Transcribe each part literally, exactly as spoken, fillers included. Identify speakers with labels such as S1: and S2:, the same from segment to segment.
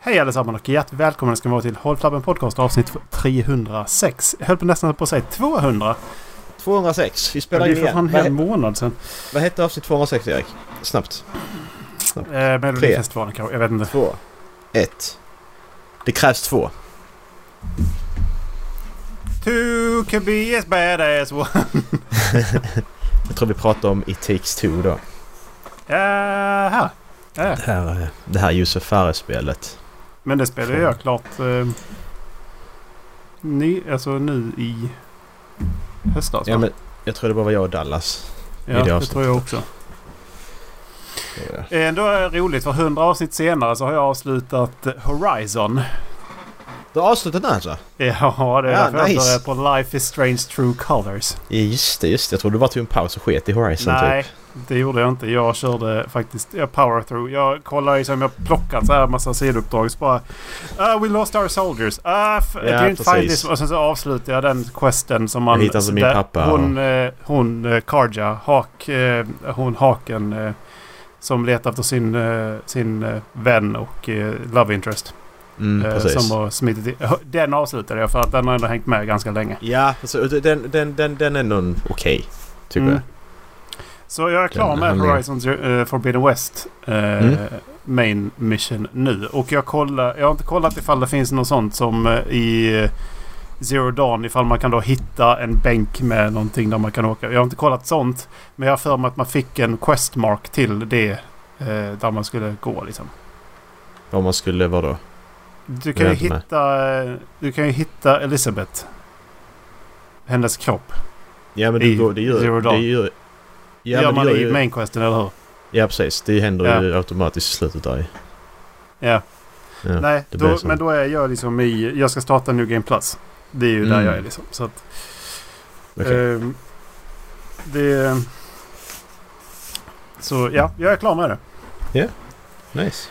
S1: Hej allesammans och hjärtligt välkomna ska vara till Håll Flabben Podcast avsnitt trehundrasex. Jag höll på nästan på att säga tvåhundra.
S2: tvåhundrasex. Vi spelar
S1: in
S2: in igen.
S1: Det är en hel månad sedan.
S2: Vad hette avsnitt tvåhundrasex, Erik? Snabbt.
S1: Snabbt. Eh, Melodifestivalen kanske. Jag vet inte.
S2: Två. Ett. Det krävs två.
S1: Two can be as bad as one.
S2: Jag tror vi pratar om It Takes Two då.
S1: Uh, här. Ja.
S2: Det här, det här Josef Fares-spelet.
S1: Men det spelar jag klart eh, ny, alltså nu i höstas.
S2: Ja, men jag tror det bara var jag och Dallas.
S1: Ja, det, det tror jag också. Ja. Ändå är det roligt för hundra avsnitt senare så har jag avslutat Horizon.
S2: Du har avslutat den alltså?
S1: Ja, det är
S2: ja,
S1: därför
S2: nice.
S1: jag på Life is Strange True Colors.
S2: Just det, just det. Jag trodde du bara tog en paus och sket i Horizon.
S1: Nej,
S2: typ.
S1: det gjorde jag inte. Jag körde faktiskt jag power through. Jag kollade ju som jag plockat så här massa sidouppdrag. Så bara, uh, we lost our soldiers. Uh, f-
S2: ja,
S1: didn't
S2: precis.
S1: find this. Och sen så avslutade jag den questen som man...
S2: Jag hittade som min pappa.
S1: Hon, och... hon, hon Karja, hak, hon haken som letar efter sin, sin vän och love interest.
S2: Mm, precis.
S1: Som har smittit i. Den avslutade jag för att den har ändå hängt med ganska länge.
S2: Ja, alltså, den, den, den, den är nog okej, okay, tycker mm. jag.
S1: Så jag är klar med Horizon uh, Forbidden West uh, mm. main mission nu. Och jag, kollar, jag har inte kollat ifall det finns något sånt som uh, i uh, Zero Dawn, ifall man kan då hitta en bänk med någonting där man kan åka. Jag har inte kollat sånt, men jag har för mig att man fick en questmark till det uh, där man skulle gå liksom.
S2: Vad man skulle vara då?
S1: Du kan ju hitta uh, du kan ju hitta Elizabeth. Hennes kropp.
S2: Ja, men du går, det gör
S1: Zero Dawn.
S2: det gör
S1: Ja, gör man det i main questen, eller hur?
S2: Ja, precis. Det händer
S1: ja.
S2: ju automatiskt i slutet där.
S1: Ja.
S2: ja
S1: Nej, då, men då är jag liksom i... Jag ska starta New Game Plus. Det är ju mm. där jag är liksom. Så att...
S2: Okay.
S1: Eh, det... Så ja, jag är klar med det.
S2: Ja, yeah. Nice.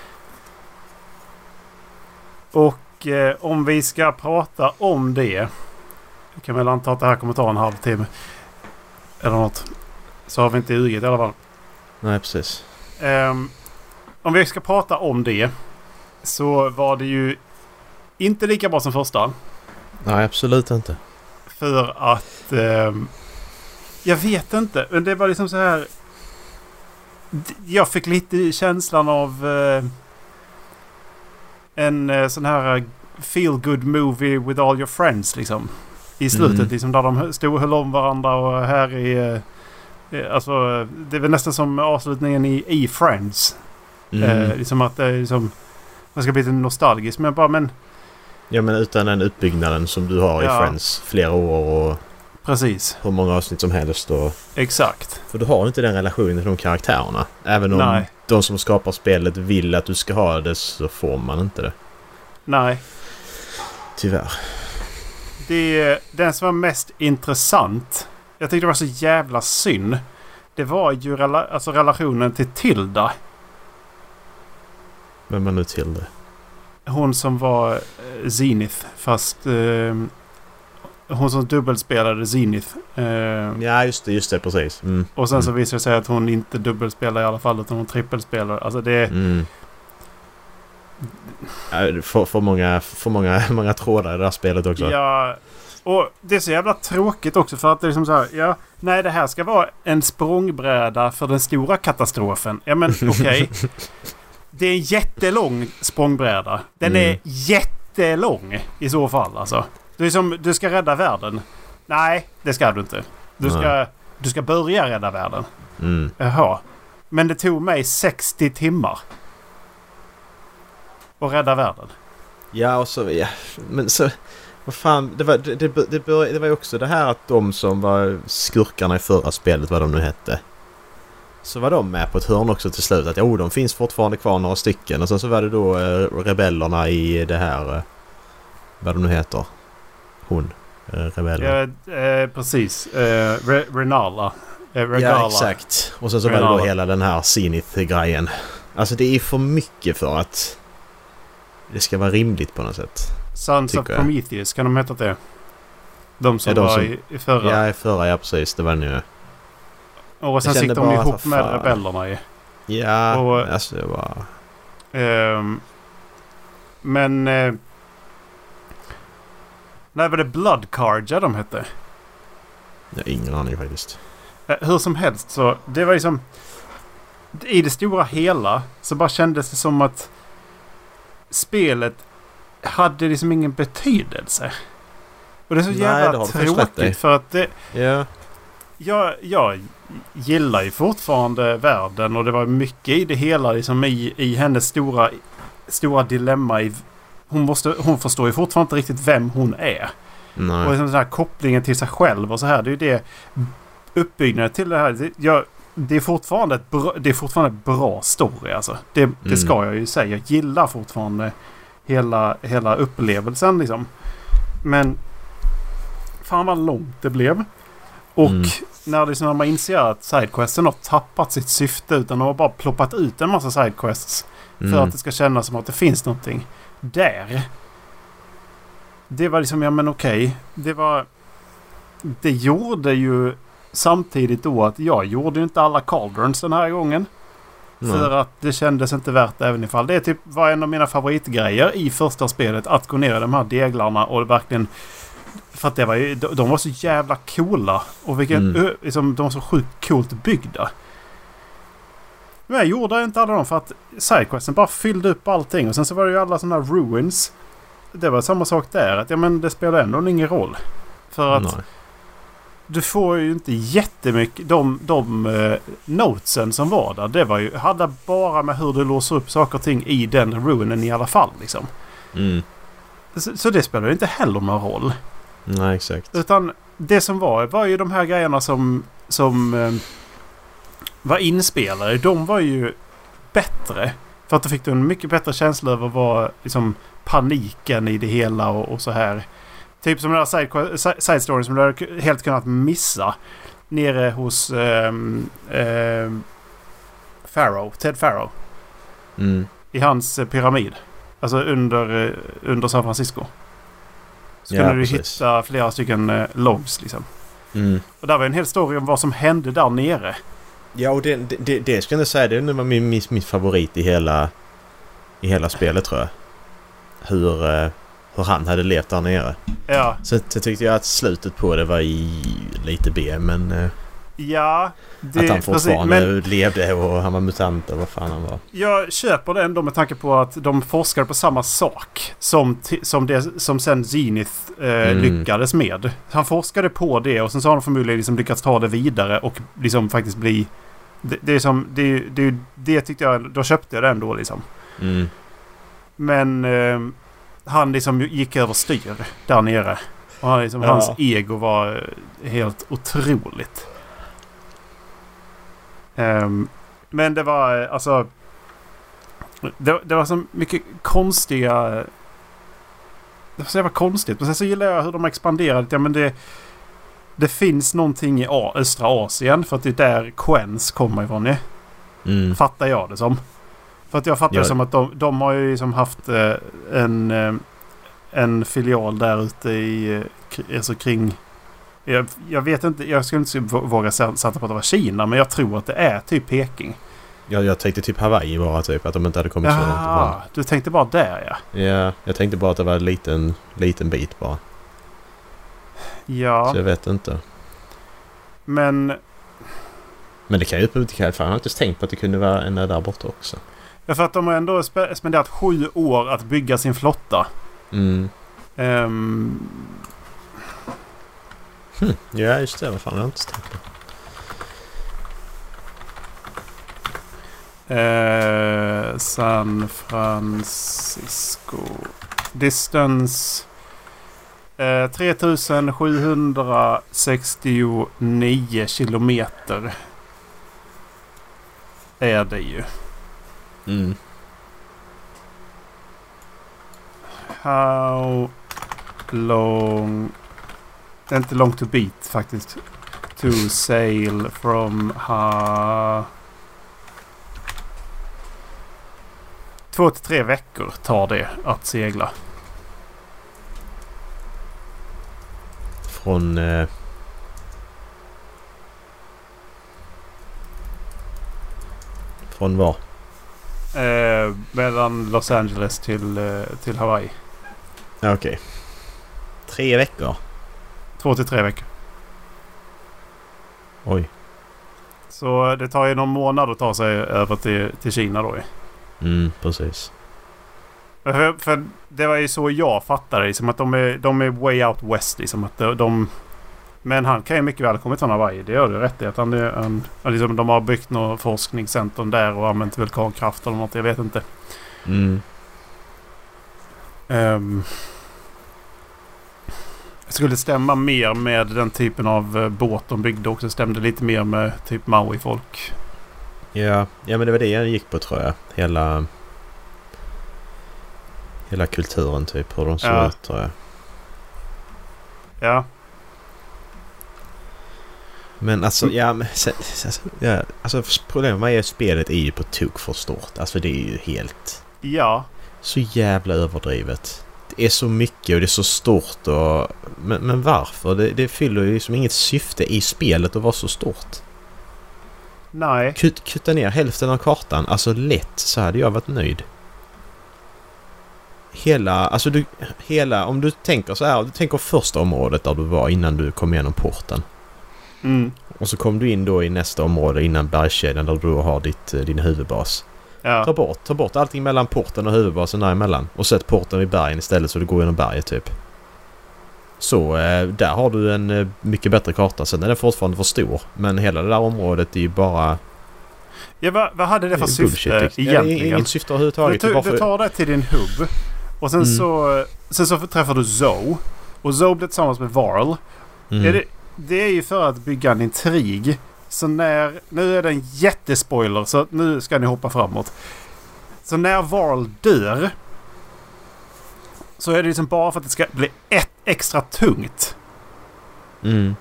S1: Och eh, om vi ska prata om det... Jag kan väl anta att det här kommer ta en halvtimme. Eller något. Så har vi inte uget i alla fall.
S2: Nej, precis.
S1: Um, om vi ska prata om det så var det ju inte lika bra som första.
S2: Nej, absolut inte.
S1: För att um, jag vet inte. Men det var liksom så här. Jag fick lite känslan av uh, en uh, sån här feel good movie with all your friends liksom. I slutet mm. liksom där de stod och höll om varandra och här är uh, alltså, det är väl nästan som avslutningen i, i Friends. Mm. Eh, liksom att det är liksom, man ska bli lite nostalgisk. Men bara, men...
S2: Ja, men utan den utbyggnaden som du har ja. i Friends flera år och...
S1: Precis.
S2: Hur många avsnitt som helst. Och...
S1: Exakt.
S2: För du har inte den relationen till de karaktärerna. Även om Nej. de som skapar spelet vill att du ska ha det så får man inte det.
S1: Nej.
S2: Tyvärr.
S1: Det, den som var mest intressant... Jag tyckte det var så jävla synd. Det var ju rela- alltså relationen till Tilda.
S2: Vem är nu Tilda?
S1: Hon som var eh, Zenith. Fast eh, hon som dubbelspelade Zenith. Eh,
S2: ja, just det, just det, precis. Mm.
S1: Och sen
S2: mm.
S1: så visade det sig att hon inte dubbelspelar i alla fall. Utan hon trippelspelar. Alltså det...
S2: Mm. Ja, för, för, många, för många, många trådar i det här spelet också.
S1: Ja... Och det är så jävla tråkigt också för att det är liksom så här, ja, nej det här ska vara en språngbräda för den stora katastrofen. Ja men okej. Okay. Det är en jättelång språngbräda. Den mm. är jättelång i så fall alltså. Det är som, du ska rädda världen. Nej, det ska du inte. Du ska, du ska börja rädda världen.
S2: Mm.
S1: Jaha. Men det tog mig sextio timmar att rädda världen.
S2: Ja, och så, ja, men så... Vad fan, det var, det, det, det, bör, det var ju också det här att de som var skurkarna i förra spelet, vad de nu hette, så var de med på ett hörn också till slut. Att jo, de finns fortfarande kvar några stycken. Och sen så var det då eh, rebellerna i det här, eh, vad de nu heter. Hon, eh, rebellen.
S1: Ja, eh, precis. Eh, Re- Renala. Eh,
S2: ja, exakt. Och sen så Renala. Var det då hela den här Zenith-grejen. Alltså det är för mycket för att det ska vara rimligt på något sätt.
S1: Sons of Prometheus, kan de heta det? De som
S2: de
S1: var
S2: som,
S1: i, i förra.
S2: Ja, i förra, ja precis. Det var nu.
S1: Och sen sitter de ihop med rebellerna i.
S2: Ja,
S1: och,
S2: alltså det var...
S1: Um, men... Eh, nej, var det Bloodcarja de hette?
S2: Jag har ingen aning faktiskt.
S1: Eh, hur som helst så, det var liksom... I det stora hela så bara kändes det som att spelet hade liksom ingen betydelse. Och det är så
S2: Nej,
S1: jävla
S2: det har du faktiskt rätt i.
S1: tråkigt för att det...
S2: Ja.
S1: Jag, jag gillar ju fortfarande världen och det var mycket i det hela liksom i, i hennes stora, stora dilemma. I, hon, måste, hon förstår ju fortfarande inte riktigt vem hon är.
S2: Nej.
S1: Och liksom den här kopplingen till sig själv och så här. Det är ju det uppbyggnaden till det här. Det, jag, det, är fortfarande ett bra, det är fortfarande ett bra story alltså. Det, det
S2: Mm.
S1: ska jag ju säga. Jag gillar fortfarande hela, hela upplevelsen liksom. Men fan vad långt det blev. Och
S2: Mm.
S1: när, det, när man inser att sidequesten har tappat sitt syfte utan de har bara ploppat ut en massa sidequests
S2: Mm.
S1: för att det ska kännas som att det finns någonting där. Det var liksom, ja men okej. Det var... Det gjorde ju samtidigt då att jag gjorde inte alla cauldrons den här gången.
S2: Nej.
S1: För att det kändes inte värt även ifall. Det typ var en av mina favoritgrejer i första spelet att gå ner i de här deglarna och verkligen... För att det var ju, de, de var så jävla coola. Och vilken,
S2: Mm.
S1: ö, liksom, de var så sjukt coolt byggda. Men jag gjorde inte alla dem för att sidequesten bara fyllde upp allting. Och sen så var det ju alla sådana ruins. Det var samma sak där. Att ja, men det spelar ändå ingen roll. För att
S2: Nej.
S1: du får ju inte jättemycket. De, de uh, notesen som var där. Det var ju, hade bara med hur du låser upp saker och ting i den ruinen i alla fall. Liksom.
S2: Mm.
S1: Så, så det spelar ju inte heller någon roll.
S2: Nej, exakt.
S1: Utan det som var var ju de här grejerna som, som eh, var inspelade. De var ju bättre. För att då fick du en mycket bättre känsla över vad liksom, paniken i det hela och, och så här. Typ som den där side, side story som du hade helt kunnat missa. Nere hos eh, eh, Farrow, Ted Farrow.
S2: Mm.
S1: I hans eh, pyramid. Alltså under, eh, under San Francisco. Så
S2: Ja,
S1: kunde du
S2: precis.
S1: hitta flera stycken eh, logs liksom.
S2: Mm.
S1: Och där var en hel story om vad som hände där nere.
S2: Ja, och det, det, det ska jag säga, det var min, min, min favorit i hela i hela spelet, tror jag. Hur, eh, hur han hade levt där nere.
S1: Ja,
S2: Så, så tyckte jag att slutet på det var i lite B, men eh,
S1: ja det,
S2: att han fortfarande
S1: precis, men
S2: levde och han var mutant och vad fan han var.
S1: jag köper det ändå med tanke på att de forskade på samma sak som, t- som, det, som sen Zenith eh,
S2: Mm.
S1: lyckades med. Han forskade på det och sen så har de förmodligen liksom lyckats ta det vidare och liksom faktiskt bli... Det, det är som... Det, det, det tyckte jag... Då köpte jag det ändå liksom.
S2: Mm.
S1: Men eh, han liksom gick över styr där nere. Och han, liksom,
S2: Ja.
S1: hans ego var helt otroligt. Um, men det var alltså... Det, det var så mycket konstiga... Det var så jävla konstigt. Men sen så gillar jag hur de expanderade. Ja, men det, det finns någonting i A- östra Asien. För att det är där Quens kommer ifrån. Ja.
S2: Mm.
S1: Fattar jag det som. För att jag fattar
S2: Ja.
S1: det som att de, de har ju liksom haft eh, en, eh, en filial där ute i... Eh, kr- alltså kring... Jag, jag vet inte, jag skulle inte vå- våga sä- sätta på att det var Kina. Men jag tror att det är typ Peking.
S2: Ja, jag tänkte typ Hawaii bara, typ. Att de inte hade kommit så långt ifrån.
S1: Ja, du tänkte bara där, ja.
S2: Ja, jag tänkte bara att det var en liten, liten bit bara.
S1: Ja,
S2: Så jag vet inte.
S1: men...
S2: Men det kan ju inte fan. Jag har inte tänkt på att det kunde vara en där borta också.
S1: Ja, för att de har ändå spe- spenderat sju år att bygga sin flotta.
S2: Mm.
S1: Ehm,
S2: Hm. Ja, just det. Vad fan har jag inte tänkt på?
S1: eh, San Francisco. Distance... Eh, tre tusen sjuhundrasextionio kilometer. Är det ju.
S2: Mm.
S1: How long... Det är inte long to beat faktiskt. To sail from... Ha... Två till tre veckor tar det att segla.
S2: Från... Eh... Från var?
S1: Eh, eh, mellan Los Angeles till, eh, till Hawaii.
S2: Ja, okej. Okay. Tre veckor?
S1: Två till tre veckor.
S2: Oj.
S1: Så det tar ju någon månad att ta sig över till, till Kina då.
S2: Mm, precis.
S1: För, för det var ju så jag fattade det. Som att de är, de är way out west. Liksom, att de, de, men han kan ju mycket väl kommit från Hawaii. Det gör det rätt i. Att han, han, liksom, de har byggt något forskningscentrum där och använt vulkankraft eller något. Jag vet inte.
S2: Mm.
S1: Um, det skulle stämma mer med den typen av uh, båt de byggde också. Det stämde lite mer med typ Maui-folk.
S2: Ja, ja, men det var det jag gick på, tror jag. Hela hela kulturen typ. Hur de såg
S1: ja.
S2: ut, tror jag.
S1: Ja.
S2: Men alltså, ja, men, ja, alltså problemet med spelet är ju på tok för stort. Alltså det är ju helt...
S1: Ja.
S2: Så jävla överdrivet. Det är så mycket och det är så stort och... Men, men varför? Det, det fyller ju liksom inget syfte i spelet att vara så stort.
S1: Nej.
S2: Kut, kutta ner hälften av kartan. Alltså lätt, så hade jag varit nöjd. Hela, alltså du, hela, om du tänker så här, du tänker första området där du var innan du kom igenom porten.
S1: Mm.
S2: Och så kom du in då i nästa område innan bergskedjan där du har ditt, din huvudbas.
S1: Ja.
S2: Ta bort, ta bort allting mellan porten och huvudbasen däremellan. Och sätt porten vid bergen istället så du går genom berget typ. Så eh, där har du en eh, mycket bättre karta. Sen är den fortfarande för stor. Men hela det där området är ju bara...
S1: Ja, vad, vad hade det för syfte egentligen?
S2: Ja, det är inget syfte överhuvudtaget.
S1: Du,
S2: du,
S1: för... du tar det till din hubb. Och sen, mm. så, sen så träffar du Zoe. Och Zoe blir tillsammans med Varl. Mm. Är det, det är ju för att bygga en intrig. Så när... Nu är det en jättespoiler. Så nu ska ni hoppa framåt. Så när Varl dör... Så är det liksom bara för att det ska bli ett extra tungt.
S2: Mm.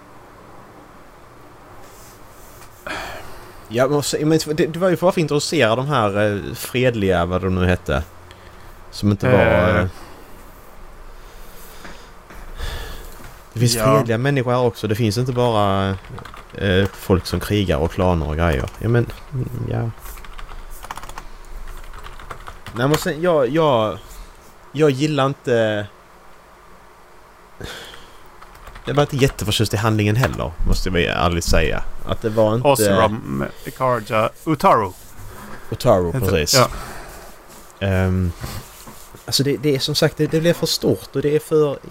S2: Ja, men det, det var ju för att introducera de här eh, fredliga, vad de nu hette. Som inte var... Eh, det finns ja. fredliga människor här också. Det finns inte bara eh, folk som krigar och klaner och grejer. Ja, men... Ja. Nej, men sen, jag... jag Jag gillar inte... Jag var inte jätteförtjust i handlingen heller, måste jag ärligt säga. Att det var inte...
S1: Osram, Ikarja, Utaru.
S2: Utaru, precis.
S1: Ja.
S2: Um, alltså det, det är som sagt, det, det blir för stort och det är för...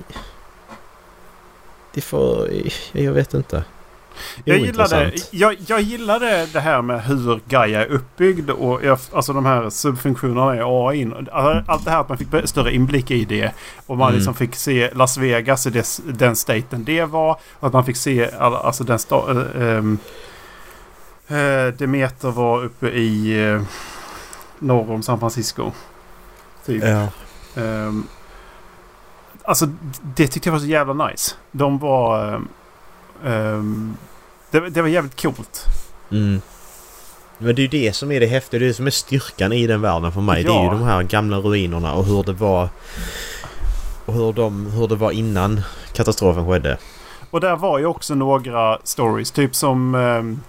S2: Det är för... Jag vet inte.
S1: Jag gillade, jag, jag gillade det här med hur Gaia är uppbyggd och jag, alltså de här subfunktionerna i A I. Allt det här att man fick större inblick i det och man mm. liksom fick se Las Vegas i dess, den staten det var och att man fick se alltså den sta, ähm, äh, Demeter var uppe i äh, norr om San Francisco typ.
S2: Ja.
S1: Ähm, alltså det tyckte jag var så jävla nice. De var ähm, Um, det, det var jävligt coolt.
S2: Mm. Men det är ju det som är det häftiga. Det är det som är styrkan i den världen för mig. Ja. Det är ju de här gamla ruinerna och hur det var och hur, de, hur det var innan katastrofen skedde.
S1: Och där var ju också några stories. Typ som um,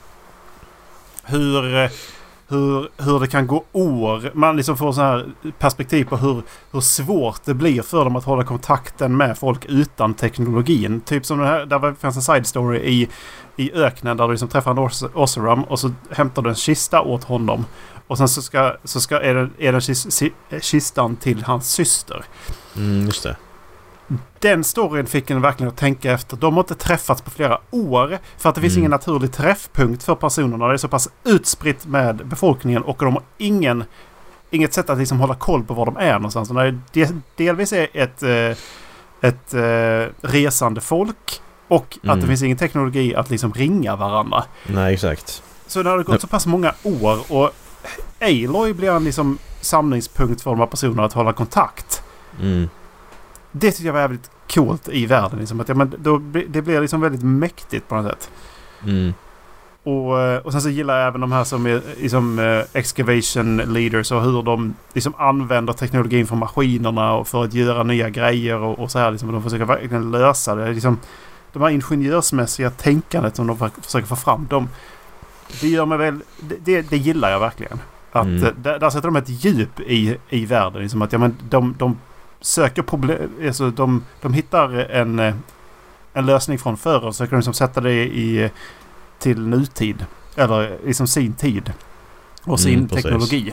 S1: hur, hur, hur det kan gå år. Man liksom får så här perspektiv på hur, hur svårt det blir för dem att hålla kontakten med folk utan teknologin. Typ som den här, där fanns en side story i, i öknen där du liksom träffar en Os- Osram och så hämtar du en kista åt honom. Och sen så, ska, så ska, är, det, är den kis, kistan till hans syster.
S2: Mm, just det.
S1: Den storyn fick en verkligen att tänka efter. De har inte träffats på flera år för att det finns mm. ingen naturlig träffpunkt för personerna. Det är så pass utspritt med befolkningen och de har ingen, inget sätt att liksom hålla koll på var de är någonstans. Det delvis är ett, ett, ett resande folk och mm. att det finns ingen teknologi att liksom ringa varandra.
S2: Nej, exakt.
S1: Så det har gått så pass många år och Aloy blir en liksom samlingspunkt för de här personerna att hålla kontakt.
S2: Mm.
S1: Det tycker jag var jävligt coolt i världen. Liksom. Att, ja, men då, det blir liksom väldigt mäktigt på något sätt.
S2: Mm.
S1: Och, och sen så gillar jag även de här som är liksom, uh, excavation leaders och hur de liksom använder teknologin från maskinerna och för att göra nya grejer och, och så här. Liksom, och de försöker verkligen lösa det. Liksom, de här ingenjörsmässiga tänkandet som de försöker få fram. De, det gör mig väl... Det, det gillar jag verkligen. Att
S2: Mm.
S1: eh, där, där sätter de ett djup i, i världen. Liksom att ja, men de, de söker problem. Alltså de, de hittar en, eh, en lösning från förr och söker liksom sätta det i, till nutid. Eller liksom sin tid. Och sin
S2: Mm, precis.
S1: teknologi.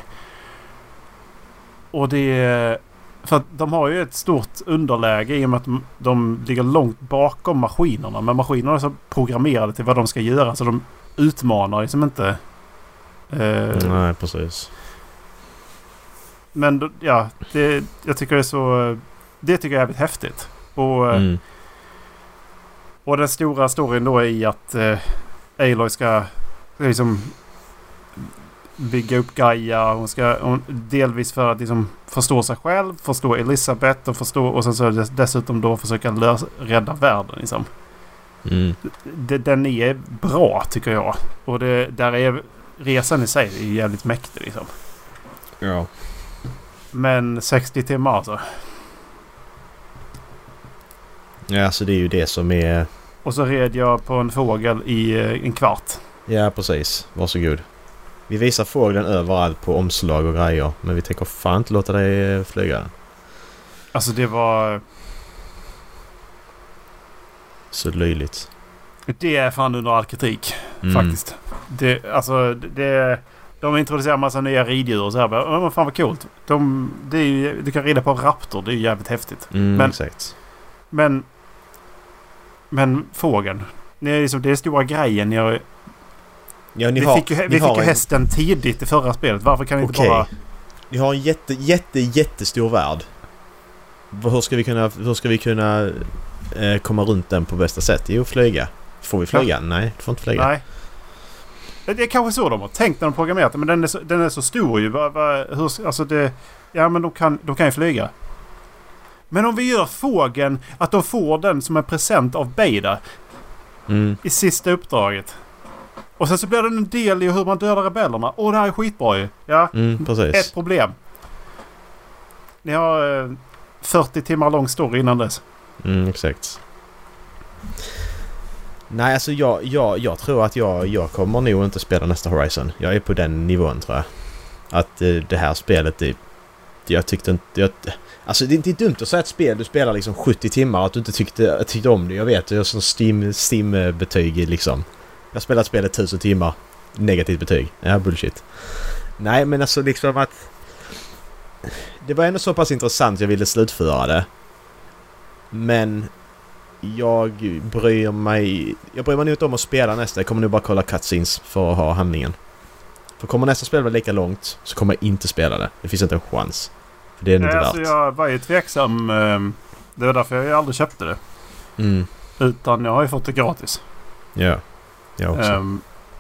S1: Och det... För att de har ju ett stort underläge i och med att de, de ligger långt bakom maskinerna. Men maskinerna är så programmerade till vad de ska göra. Så de utmanar liksom inte... Eh,
S2: Nej, precis.
S1: Men ja, det, jag tycker det är så... Det tycker jag är jävligt häftigt. Och,
S2: Mm.
S1: och den stora storyn då är i att eh, Aloy ska liksom bygga upp Gaia. Hon ska hon, delvis för att liksom förstå sig själv, förstå Elisabeth och förstå och sen så dess, dessutom då försöka lös, rädda världen liksom.
S2: Mm.
S1: Det, den är bra tycker jag. Och det, där är resan i sig är jävligt mäktig liksom.
S2: Ja.
S1: Men sextio timmar alltså.
S2: Ja, alltså det är ju det som är...
S1: Och så red jag på en fågel i eh, en kvart.
S2: Ja, precis. Varsågod. Vi visar fågeln överallt på omslag och grejer. Men vi tänker fan inte låta dig flyga den.
S1: Alltså det var...
S2: Så löjligt.
S1: Det är fan under all kritik.
S2: Mm.
S1: Faktiskt. Det, alltså det... De introducerar en massa nya riddjur och så här. Bara, men fan vad coolt. De, det är ju, du kan rida på en raptor. Det är ju jävligt häftigt.
S2: Mm,
S1: Men-
S2: exakt.
S1: Men... Men fågeln. Det är, liksom, det är stora grejen. Jag,
S2: Ja, ni
S1: vi
S2: har,
S1: fick ju,
S2: ni
S1: vi
S2: har
S1: fick ju
S2: en-
S1: hästen tidigt i förra spelet. Varför kan vi inte
S2: Okej.
S1: bara...
S2: Vi har en jätte, jätte, jättestor värld. Vad- Hur ska vi kunna, hur ska vi kunna eh, komma runt den på bästa sätt? Jo, flyga. Får vi flyga? Nej, du får inte flyga.
S1: Nej. Det är kanske så de har tänkt när de programmerat det. Men den är så, den är så stor ju. Va, va, hur, alltså det, ja, men de kan, de kan ju flyga. Men om vi gör fågeln att de får den som en present av Beta
S2: Mm.
S1: i sista uppdraget. Och sen så blir det en del i hur man dödar rebellerna. Åh, det här är skitbra ju. Ja,
S2: Mm, precis.
S1: ett problem. Ni har eh, fyrtio timmar lång story innan dess.
S2: Mm, exakt. Nej, alltså jag, jag, jag tror att jag, jag kommer nog inte spela nästa Horizon. Jag är på den nivån, tror jag. Att eh, det här spelet, det, jag tyckte inte... Jag, alltså det, det är dumt att säga ett spel du spelar liksom sjuttio timmar att du inte tyckte, tyckte om det. Jag vet, jag har sån Steam, Steam-betyg liksom. Jag har spelat spelet tusen timmar. Negativt betyg. Ja, bullshit. Nej, men alltså liksom att... Det var ändå så pass intressant jag ville slutföra det. Men... Jag bryr mig... Jag bryr mig nog inte om att spela nästa. Jag kommer nog bara kolla cutscenes för att ha handlingen. För kommer nästa spel vara lika långt så kommer jag inte spela det. Det finns inte en chans. För det är inte
S1: Nej,
S2: värt.
S1: alltså jag var ju tveksam. Eh, det var därför jag aldrig köpte det.
S2: Mm.
S1: Utan jag har ju fått det gratis.
S2: Ja. Jag också.
S1: Um,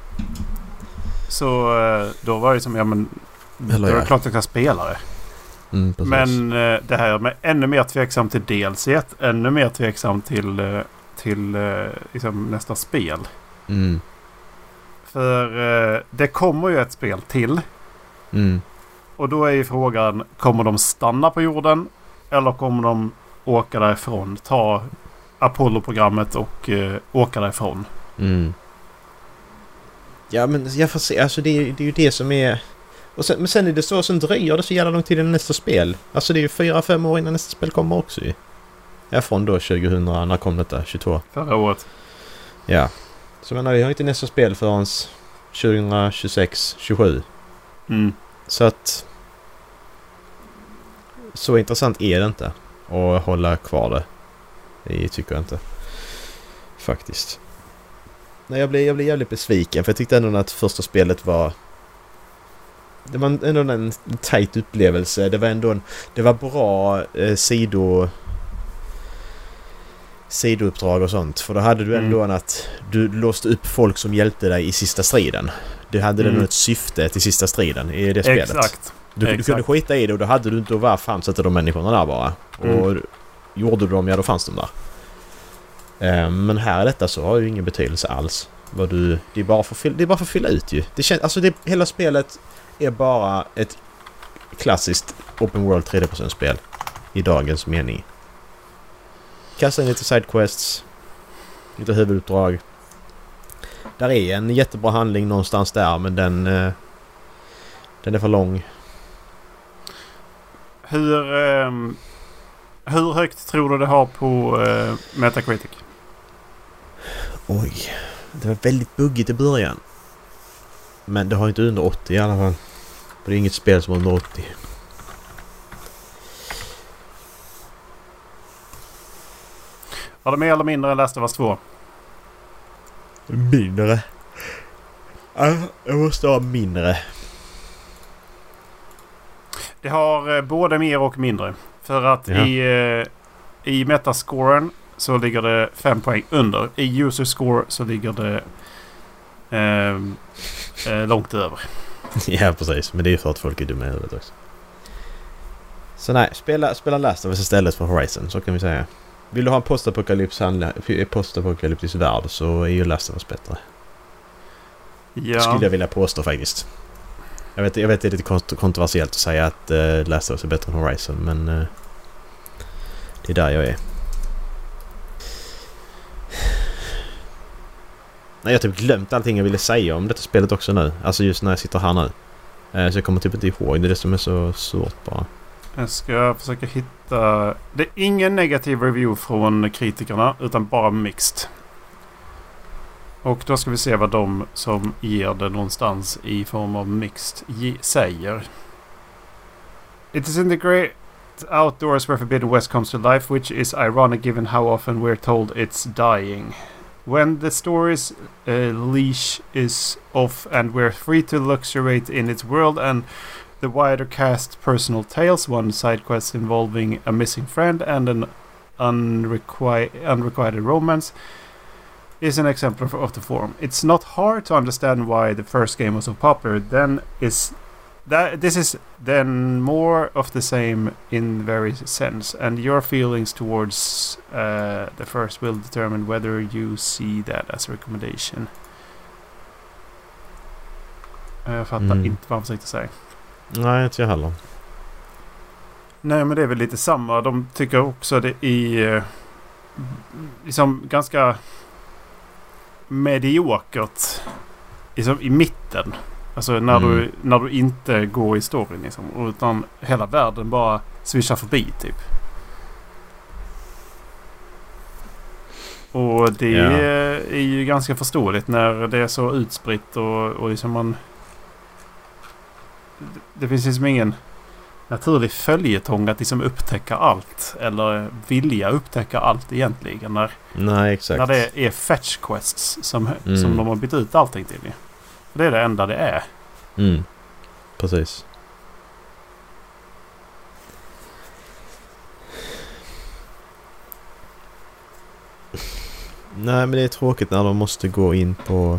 S1: så uh, då var det som, ja men...
S2: Eller
S1: det var
S2: ja.
S1: klart att jag kan spela det.
S2: Mm, precis.
S1: Men uh, det här med ännu mer tveksam till D L C. Ännu mer tveksam till, uh, till uh, liksom nästa spel.
S2: Mm.
S1: För uh, det kommer ju ett spel till.
S2: Mm.
S1: Och då är ju frågan, kommer de stanna på jorden? Eller kommer de åka därifrån? Ta Apollo-programmet och uh, åka därifrån?
S2: Mm. Ja, men jag får se. Alltså det är, det är ju det som är... Och sen, men sen är det så, sen dröjer det så jävla lång tid innan nästa spel. Alltså det är ju fyra, fem år innan nästa spel kommer också ju. Ja, från då tjugohundra, när kom detta? tjugotvå?
S1: Förra året.
S2: Ja. Så menar vi har inte nästa spel förrän tjugohundratjugosex, tjugosju.
S1: Mm.
S2: Så att... Så intressant är det inte att hålla kvar det. Det tycker jag inte. Faktiskt. Nej, jag blev, jag blev jävligt besviken för jag tyckte ändå att första spelet var... Det var ändå en tight upplevelse. Det var ändå en... Det var bra eh, sido... sidouppdrag och sånt. För då hade du ändå
S1: Mm.
S2: en att du låste upp folk som hjälpte dig i sista striden. Du hade
S1: Mm.
S2: ändå ett syfte till sista striden i det spelet.
S1: Exakt.
S2: Du, du
S1: Exakt.
S2: kunde skita i det och då hade du inte att vara fan sätta de människorna där bara.
S1: Mm.
S2: Och gjorde du dem, ja då fanns de där. Eh, men här är detta så har ju ingen betydelse alls. Vad du, det, är bara för, att fylla- det är bara för att fylla ut ju. Det känns, alltså det, hela spelet är bara ett klassiskt open world tre D-spel i dagens mening. Kasta in lite sidequests, lite huvuduppdrag. Där är en jättebra handling någonstans där, men den... Eh, Den är för lång.
S1: Hur, eh, hur högt tror du det har på eh, Metacritic?
S2: Oj, det var väldigt buggigt i början. Men det har inte under åttio i alla fall. För det är inget spel som har under åttio.
S1: Var det mer eller mindre än Last of Us två?
S2: Mindre. Ja, jag måste ha mindre.
S1: Det har eh, både mer och mindre. För att
S2: ja.
S1: i, eh, i metascoren så ligger det fem poäng under. I user score så ligger det eh, eh, långt över.
S2: Ja, precis. Men det är ju för att folk är dumma i huvudet också. Så nej, spela, spela Last of Us istället för Horizon, så kan vi säga. Vill du ha en postapokalyps postapokalyptisk värld så är ju Last of Us bättre.
S1: Ja.
S2: Skulle jag vilja påstå faktiskt. Jag vet, jag vet det är lite kontroversiellt att säga att uh, Last of Us är bättre än Horizon, men uh, det är där jag är. Nej, jag har typ glömt allting jag ville säga om detta spelet också nu. Alltså just när jag sitter här nu. Uh, så jag kommer typ inte ihåg. Det är det som är så svårt bara.
S1: Jag ska försöka hitta... Det är ingen negativ review från kritikerna utan bara mixed. Och då ska vi se vad de som ger det någonstans i form av mixed ge- säger. It is in the great outdoors where Forbidden West comes to life, which is ironic given how often we're told it's dying. When the story's uh, leash is off and we're free to luxuriate in its world and the wider cast personal tales, one side quest involving a missing friend and an unrequi- unrequited romance is an example of the form. It's not hard to understand why the first game was so popular. Then is that this is then more of the same in very sense, and your feelings towards uh, the first will determine whether you see that as a recommendation. Jag fattar mm. inte vad han försökte säga.
S2: Nej, inte jag heller.
S1: Nej, men det är väl lite samma. De tycker också det är liksom ganska mediokert liksom i mitten. Alltså när, mm. du, när du inte går i storyn liksom, utan hela världen bara swishar förbi typ. Och det ja. är, är ju ganska förståeligt när det är så utspritt och, och liksom man... Det, det finns liksom ingen naturlig följetång att liksom upptäcka allt eller vilja upptäcka allt egentligen när,
S2: Nej, exakt.
S1: när det är fetch quests som,
S2: mm.
S1: som de har bytt ut allting till. Det är det enda det är.
S2: Mm. Precis. Nej, men det är tråkigt när de måste gå in på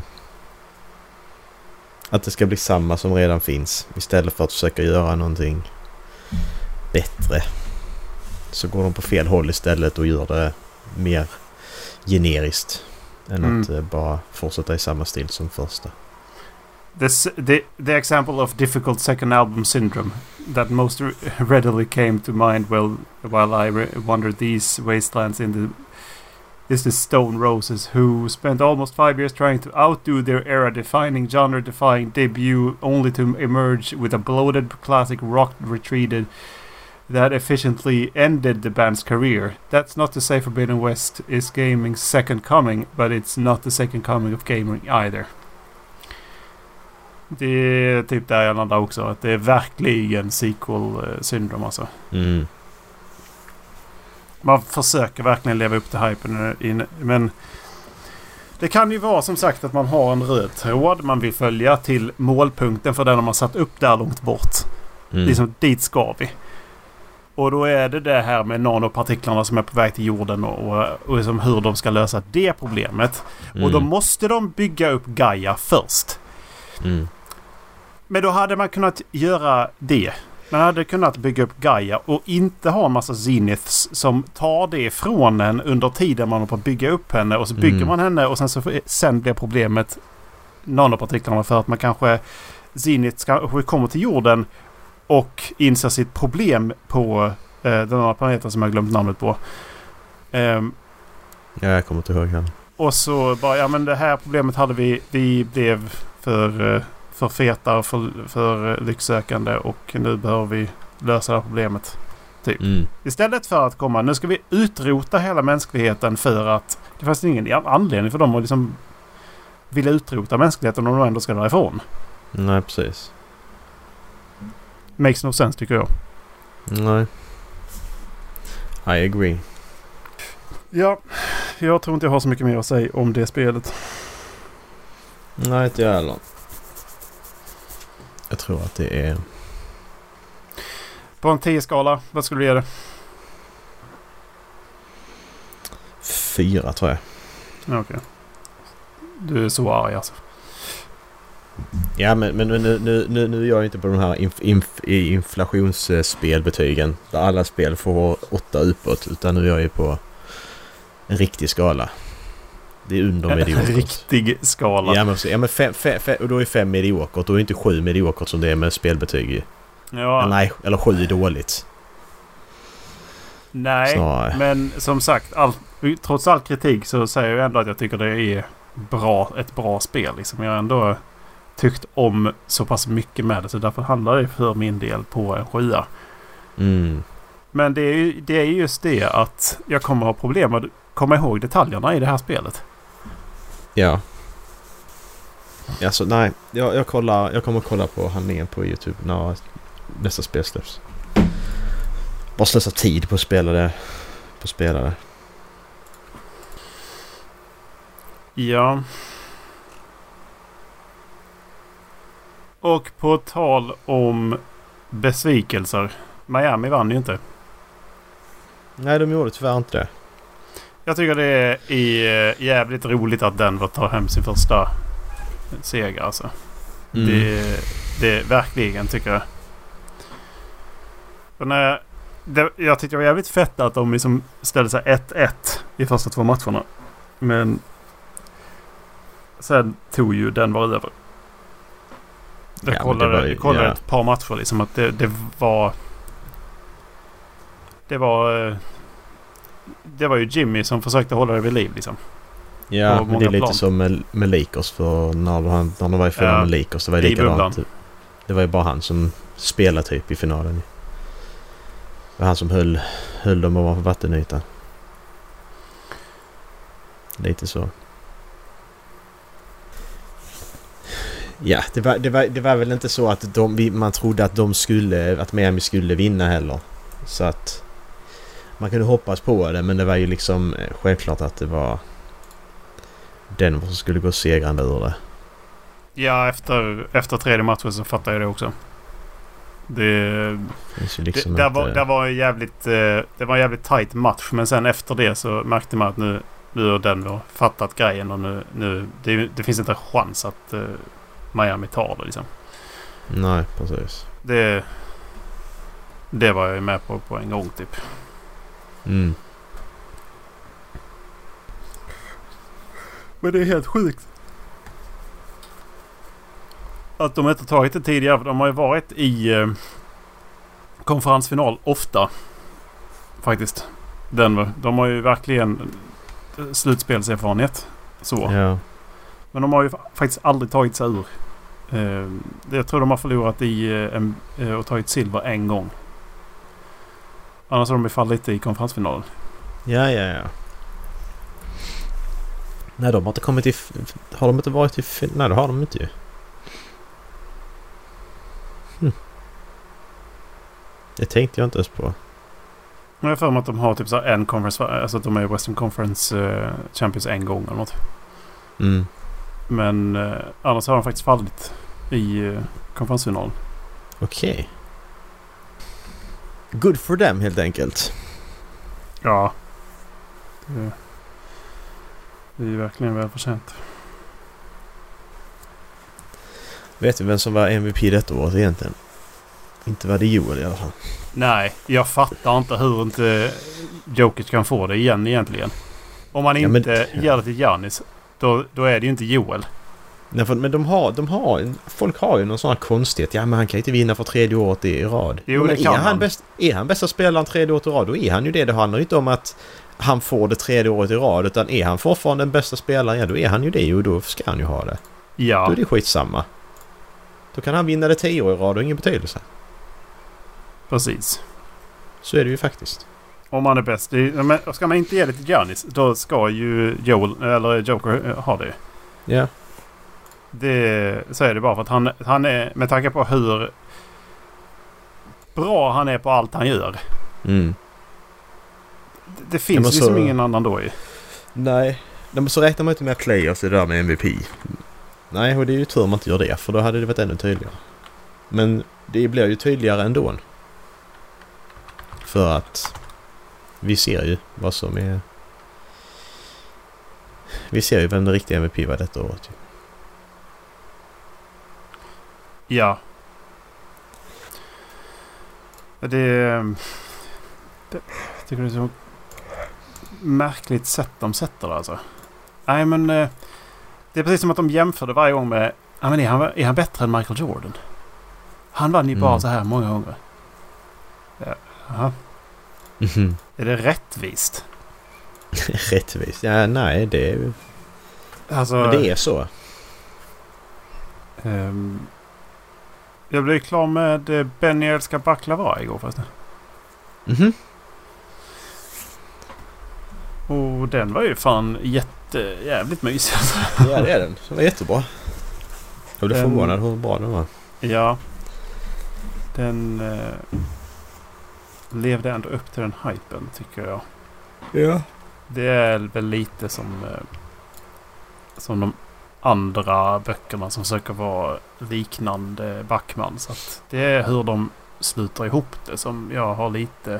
S2: att det ska bli samma som redan finns istället för att försöka göra någonting bättre. Så går de på fel håll istället och gör det mer generiskt än mm. att uh, bara fortsätta i samma stil som första.
S1: This, the, the example of difficult second album syndrome that most readily came to mind while, while I re- wandered these wastelands in the is the Stone Roses, who spent almost five years trying to outdo their era-defining, genre-defying debut, only to emerge with a bloated classic rock retreated that efficiently ended the band's career. That's not to say Forbidden West is gaming's second coming, but it's not the second coming of gaming either. Det är typ där jag landar också, att det är verkligen sequel-syndrom alltså.
S2: Mm.
S1: Man försöker verkligen leva upp till hypen, men det kan ju vara som sagt att man har en röd tråd man vill följa till målpunkten för den har man satt upp där långt bort. Mm. Liksom dit ska vi. Och då är det det här med nanopartiklarna som är på väg till jorden och, och, och liksom hur de ska lösa det problemet. Mm. Och då måste de bygga upp Gaia först.
S2: Mm.
S1: Men då hade man kunnat göra det. Man hade kunnat bygga upp Gaia och inte ha en massa Zeniths som tar det från en under tiden man har på att bygga upp henne och så bygger mm. man henne och sen så sen blir problemet nanopartiklarna för att man kanske Zenith ska, kommer till jorden och inser sitt problem på eh, den här planeten som jag glömt namnet på. Um,
S2: ja, jag kommer inte ihåg henne.
S1: Och så bara, ja men det här problemet hade vi, vi blev för... Uh, för feta och för, för lycksökande och nu behöver vi lösa det här problemet. Typ.
S2: Mm.
S1: Istället för att komma, nu ska vi utrota hela mänskligheten för att det fanns ingen anledning för dem att liksom vilja utrota mänskligheten om de ändå ska därifrån.
S2: Nej, precis.
S1: Makes no sense tycker jag.
S2: Nej. I agree.
S1: Ja, jag tror inte jag har så mycket mer att säga om det spelet.
S2: Nej, inte jag heller. Jag tror att det är...
S1: På en tio-skala, vad skulle du ge det?
S2: Fyra, tror jag.
S1: Okej. Okay. Du är så arg alltså.
S2: Ja, men, men nu, nu, nu, nu är jag inte på de här inf, inf, inflationsspelbetygen där alla spel får åtta uppåt, utan nu är jag ju på en riktig skala. Det är under mediokert.
S1: En riktig skala.
S2: Ja, men, ja, men fem, fem, fem, och då är fem mediokert. Då är inte sju mediokert som det är med spelbetyg ju.
S1: Ja.
S2: Eller, nej, eller sju är dåligt.
S1: Nej, snarare. Men som sagt, all, trots all kritik så säger jag ändå att jag tycker det är bra, ett bra spel. Liksom. Jag har ändå tyckt om så pass mycket med det, så därför handlar det för min del på en sjua.
S2: Mm.
S1: Men det är ju det är just det att jag kommer ha problem att komma ihåg detaljerna i det här spelet.
S2: Ja. Alltså, nej, jag, jag, kollar, jag kommer att kolla på handlingen på YouTube när nästa spel släpps. Bara slösa tid på att spela det. På att spela det.
S1: Ja. Och på tal om besvikelser. Miami vann ju inte.
S2: Nej, de gjorde tyvärr inte det.
S1: Jag tycker det är jävligt roligt att Denver tar hem sin första seger. Alltså. Mm. Det, det verkligen tycker jag. Och när, det, jag tyckte det var jävligt fett att de liksom ställde sig ett ett i första två matcherna. Men sen tog ju Denver över. Jag
S2: ja,
S1: kollade,
S2: var,
S1: jag kollade
S2: ja.
S1: ett par matcher liksom att det, det var det var det var ju Jimmy som försökte hålla det vid liv liksom.
S2: Ja, men det är lite
S1: plan.
S2: som med, med Lakers, för när de, när de var i final ja, med Lakers det var ju likadant. Typ. Det var ju bara han som spelade typ i finalen. Det var han som höll, höll dem ovanför vattenytan. Lite så. Ja, det var, det var, det var väl inte så att de, man trodde att de skulle, att Miami skulle vinna heller. Så att man kunde hoppas på det, men det var ju liksom självklart att det var Denver som skulle gå segrande ur det.
S1: Ja, efter, efter tredje matchen så fattar jag det också. Det,
S2: det, liksom
S1: det,
S2: inte...
S1: var, det var en jävligt det var en jävligt tight match, men sen efter det så märkte man att nu, nu har Denver fattat grejen och nu, nu det, det finns inte en chans att uh, Miami tar det liksom.
S2: Nej, precis.
S1: Det det var jag med på på en gång typ.
S2: Mm.
S1: Men det är helt sjukt att de inte tagit det tidigare. De har ju varit i eh, konferensfinal ofta faktiskt. Denver. De har ju verkligen slutspelserfarenhet. Så.
S2: Ja.
S1: Men de har ju faktiskt aldrig tagit sig ur. Eh, jag tror de har förlorat i eh, eh, och tagit silver en gång. Annars har de ju fallit i konferensfinalen.
S2: Ja, ja, ja. Nej, de har inte kommit i... Har de inte varit i... Nej, det har de inte ju. Hm. Det tänkte jag inte ens på.
S1: Jag har för mig att de har typ så en conference... Alltså att de är Western Conference uh, Champions en gång eller något.
S2: Mm.
S1: Men uh, annars har de faktiskt fallit i uh, konferensfinalen.
S2: Okej. Okay. Good for them helt enkelt.
S1: Ja. Det, det är ju verkligen välförtjänt.
S2: Vet du vem som var M V P detta året egentligen? Inte var det Joel i alla fall. Nej,
S1: jag fattar inte hur inte Jokic kan få det igen egentligen. Om man inte ja, men, ger det till Giannis, då, då är det ju inte Joel.
S2: Nej, för, men de har, de har, folk har ju någon sån här konstighet. Ja, men han kan inte vinna för tredje året i rad.
S1: Jo,
S2: men
S1: det kan
S2: är, han
S1: han.
S2: Bäst, är han bästa spelaren tredje året i rad, då är han ju det. Det handlar ju inte om att han får det tredje året i rad, utan är han fortfarande den bästa spelaren, ja då är han ju det och då ska han ju ha det.
S1: Ja.
S2: Då är det skitsamma. Då kan han vinna det tio år i rad och ingen betydelse.
S1: Precis.
S2: Så är det ju faktiskt.
S1: Om han är bäst. Men ska man inte ge det till Giannis, då ska ju Joel, eller Joker ha det.
S2: Ja.
S1: Det, så är det bara för att han, han är, med tanke på hur bra han är på allt han gör.
S2: Mm.
S1: Det, det finns ja, liksom så, ingen annan då i.
S2: Nej. Men så räknar man inte med Clay och så där med M V P. Nej, och det är ju tur man inte gör det, för då hade det varit ännu tydligare. Men det blir ju tydligare ändå. För att vi ser ju vad som är... Vi ser ju vem den riktiga M V P var detta året.
S1: Ja. Det... det jag tycker det är så märkligt sätt de sätter det alltså. Nej men... Det är precis som att de jämför det varje gång med... Ja, men är han, är han bättre än Michael Jordan? Han vann ju bara mm. så här många gånger. Ja. Aha. Mm-hmm. Är det rättvist?
S2: Rättvist? Ja, nej, det är alltså, men det är så.
S1: Um, jag blev klar med Benny älskar baklava igår förresten. Mhm. Och den var ju fan jätte, jävligt mysig.
S2: Ja, det är den. Den var jättebra. Jag blev förvånad hur bra den var.
S1: Ja. Den... Uh, levde ändå upp till den hypen tycker jag.
S2: Ja.
S1: Det är väl lite som eh, som de andra böckerna som försöker vara liknande Backman. Så att det är hur de sluter ihop det som jag har lite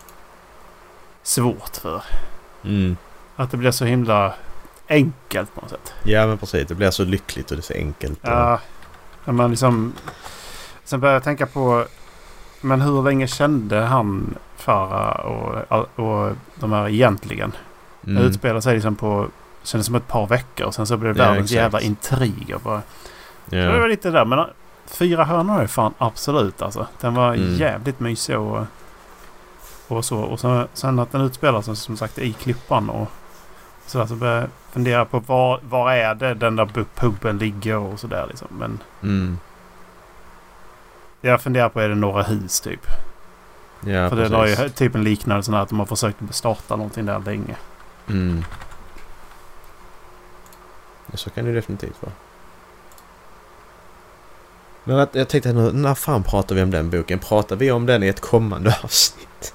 S1: svårt för.
S2: Mm.
S1: Att det blir så himla enkelt på något sätt.
S2: Ja men precis, det blir så lyckligt och det är så enkelt. Och...
S1: Ja, men liksom sen börjar jag tänka på men hur länge kände han Farah och, och de här egentligen? Mm. Det utspelar sig liksom på kändes som ett par veckor och sen så blev det ja, världens jävla intriger bara. Ja. Så det var lite där, men fyra hörnor är fan absolut alltså. Den var mm. jävligt mysig och, och så. Och så, sen att den utspelar sig som sagt i klippan och så, där, så började jag fundera på var, var är det den där puben ligger och sådär liksom. Men
S2: mm.
S1: jag funderar på är det några hus typ.
S2: Ja,
S1: för
S2: precis.
S1: det var ju typ en liknande sån här att de har försökt starta någonting där länge.
S2: Mm. Så kan det definitivt vara. Men att, jag tänkte, när fan pratar vi om den boken? Pratar vi om den i ett kommande avsnitt?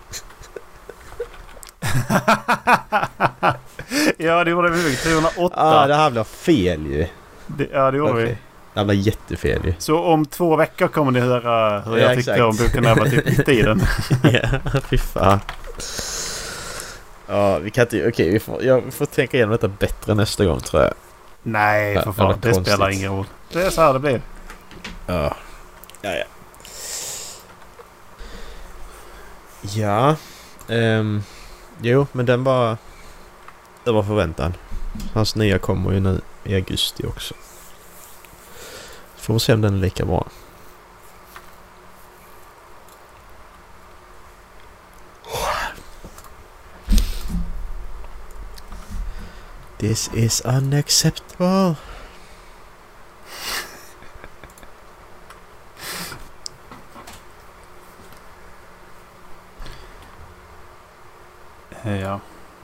S1: Ja, det gjorde vi. trehundraåtta.
S2: Ja, ah, det här blev fel ju.
S1: Det, ja, det gjorde okay. vi.
S2: Det blev jättefel ju.
S1: Så om två veckor kommer ni höra hur jag ja, tyckte om boken när jag var typ i tiden.
S2: Ja, fy fan. Ja, vi kan inte... Okej, okay, vi, får, ja, vi får tänka igenom detta bättre nästa gång, tror jag.
S1: Nej, för fan. Det konstigt. Spelar ingen roll. Det är så här det blir.
S2: Ja. Ja, ja. Ja. Um, jo, men den var... Det var förväntan. Hans nya kommer ju nu i augusti också. Får vi se om den är lika bra. This is unacceptable.
S1: Ja.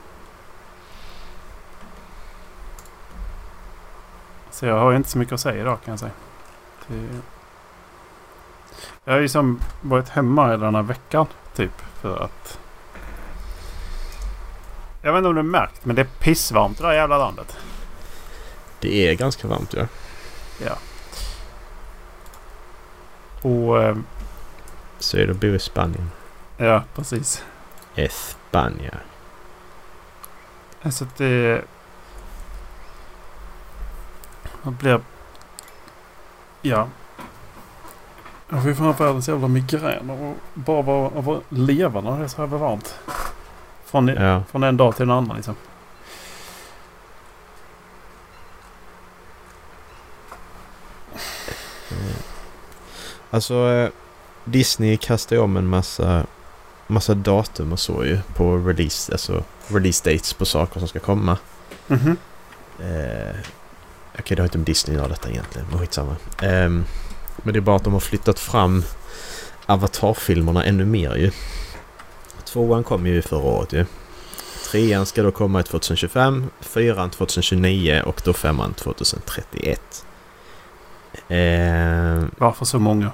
S1: Så jag har ju inte så mycket att säga idag kan jag säga. Det... Jag har ju som varit hemma hela den här veckan typ för att jag vet inte om du har märkt, men det är pissvarmt i det här jävla landet.
S2: Det är ganska varmt, ja.
S1: Ja. Och... Eh,
S2: så är det att bo i Spanien.
S1: Ja, precis.
S2: Espanja.
S1: Alltså det... Det blir... Ja. Jag får ju fan världens jävla migrän och bara vara, vara leva när det är så här varmt. Från, ja. från en dag till en annan liksom.
S2: Alltså Disney kastar ju om en massa massa datum och så ju på release, alltså release dates på saker som ska komma.
S1: Mhm.
S2: Eh, Okej, okay, det har inte med Disney att göra detta egentligen, men skitsamma. Um, Men det är bara att de har flyttat fram Avatar-filmerna ännu mer ju. Tvåan kom ju förra året ju. Trean ska då komma tjugohundratjugofem, fyran tjugohundratjugonio och då femman tjugohundratrettioett. Eh,
S1: Varför så många?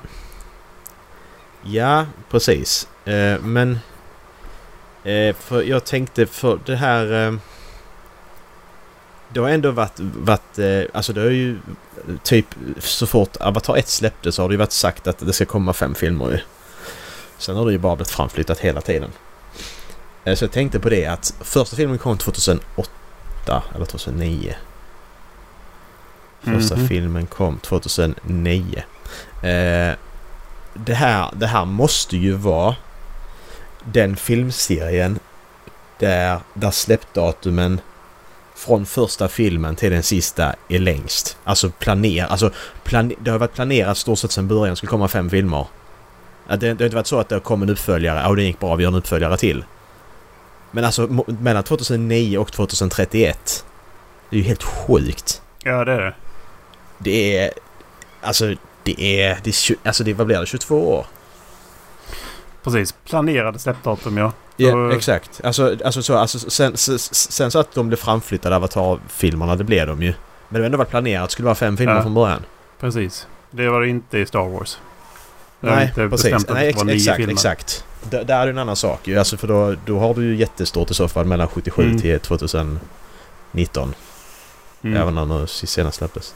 S2: Ja, precis. Eh, men eh, för jag tänkte för det här... Eh, det har ändå varit... varit eh, alltså det har ju typ så fort Avatar ett släpptes så har det ju varit sagt att det ska komma fem filmer ju. Sen har det ju bara blivit framflyttat hela tiden. Eh, så jag tänkte på det att första filmen kom tjugohundraåtta eller tjugohundranio. Första mm-hmm. filmen kom tjugohundranio. Eh, det, här, det här måste ju vara den filmserien där, där släppdatumen från första filmen till den sista är längst. Alltså planer, alltså plan, det har varit planerat stort sett sedan början skulle komma fem filmer. Det, det har inte varit så att det kom en uppföljare och det gick bra, vi gör en uppföljare till. Men alltså mellan tjugohundranio och tjugohundratrettioett, det är ju helt sjukt.
S1: Ja, det är det.
S2: Det är alltså det är, det är alltså det vad blir det tjugotvå år.
S1: Precis, planerade släppdatum, ja.
S2: Ja, yeah, exakt. Alltså, alltså, så, alltså sen, sen, sen så att de blev framflyttade Avatar-filmerna, det blev de ju. Men det har ändå varit planerat att det skulle vara fem filmer ja, från början.
S1: Precis. Det var det inte i Star Wars. Det
S2: Nej, precis. Nej, ex- exakt, filmer. exakt. D- där är det en annan sak ju. Alltså för då, då har du ju jättestort i så fall mellan sjuttiosju mm. till tjugonitton. Mm. Även när det senast släpptes.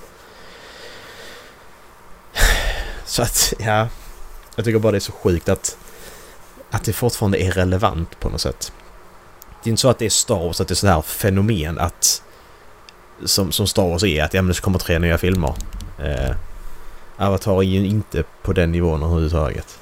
S2: Så att, ja. Jag tycker bara det är så sjukt att att det fortfarande är relevant på något sätt. Det är inte så att det är Star Wars, att det är så här fenomen att som, som Star Wars är, att ja, men det ska komma tre nya filmer. Eh, Avatar är ju inte på den nivån överhuvudtaget.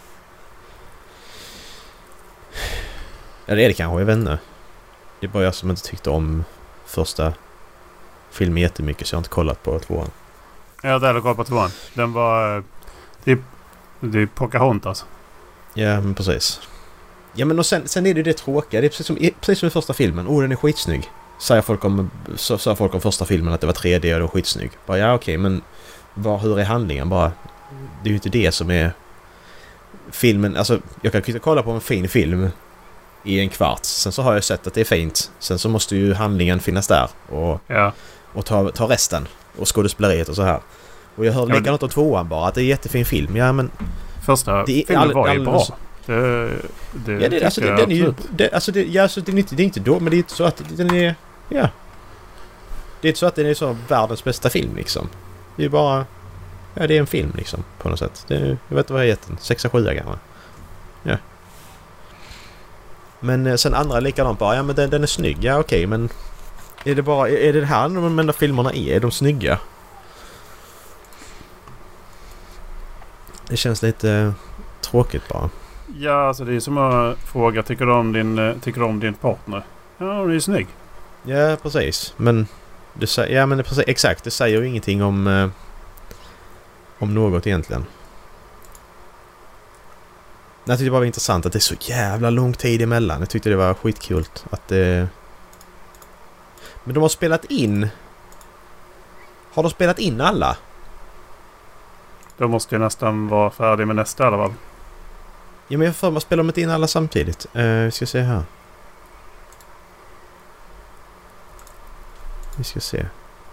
S2: Ja, det är det kanske, jag vet inte. Det är bara jag som inte tyckte om första filmen jättemycket, så jag har inte kollat på tvåan.
S1: Jag har inte kollat på tvåan. Den var... Det är, det är Pocahontas.
S2: Ja, men precis. Ja, men och sen, sen är det ju det tråkiga. Det är precis som, precis som i första filmen. Åh, oh, den är skitsnygg. Säger folk om, så, sa folk om första filmen att det var tre D och det var skitsnygg. Bara, ja, okej, okay, men vad, hur är handlingen? Bara, det är ju inte det som är filmen. Alltså, jag kan kolla på en fin film i en kvart. Sen så har jag sett att det är fint. Sen så måste ju handlingen finnas där och,
S1: ja.
S2: och ta, ta resten. Och skådespeleriet och så här. Och jag hörde ja, likadant om tvåan bara, att det är en jättefin film. Ja, men
S1: första
S2: det,
S1: filmen
S2: all,
S1: var ju
S2: all,
S1: bra. Det, det
S2: ja, det, alltså, det, den är ju, det, alltså det, ja, alltså det är inte, det är inte då, men det är inte så att den är, ja. Det är inte så att den är så världens bästa film liksom. Det är bara, ja, det är en film liksom på något sätt. Det är, jag vet inte vad jag heter, sexa sjua gammal. Ja. Men sen andra likadant bara, ja men den, den är snygg, ja okej, men är det bara, är det här de enda filmerna är? Är de snygga? Det känns lite tråkigt bara.
S1: Ja, alltså det är som att fråga, tycker du om din, tycker du om din partner? Ja, det är snygg.
S2: Ja, precis. Men det säger, ja, men det, precis, exakt, det säger ju ingenting om eh, om något egentligen. Jag tyckte det bara var intressant att det är så jävla lång tid emellan. Jag tyckte det var skitkul att det... Men de har spelat in... Har de spelat in alla?
S1: Då måste jag nästan vara färdig med nästa i alla fall.
S2: Ja, men jag får man spelar de inte in alla samtidigt. Uh, vi ska se här. Vi ska se.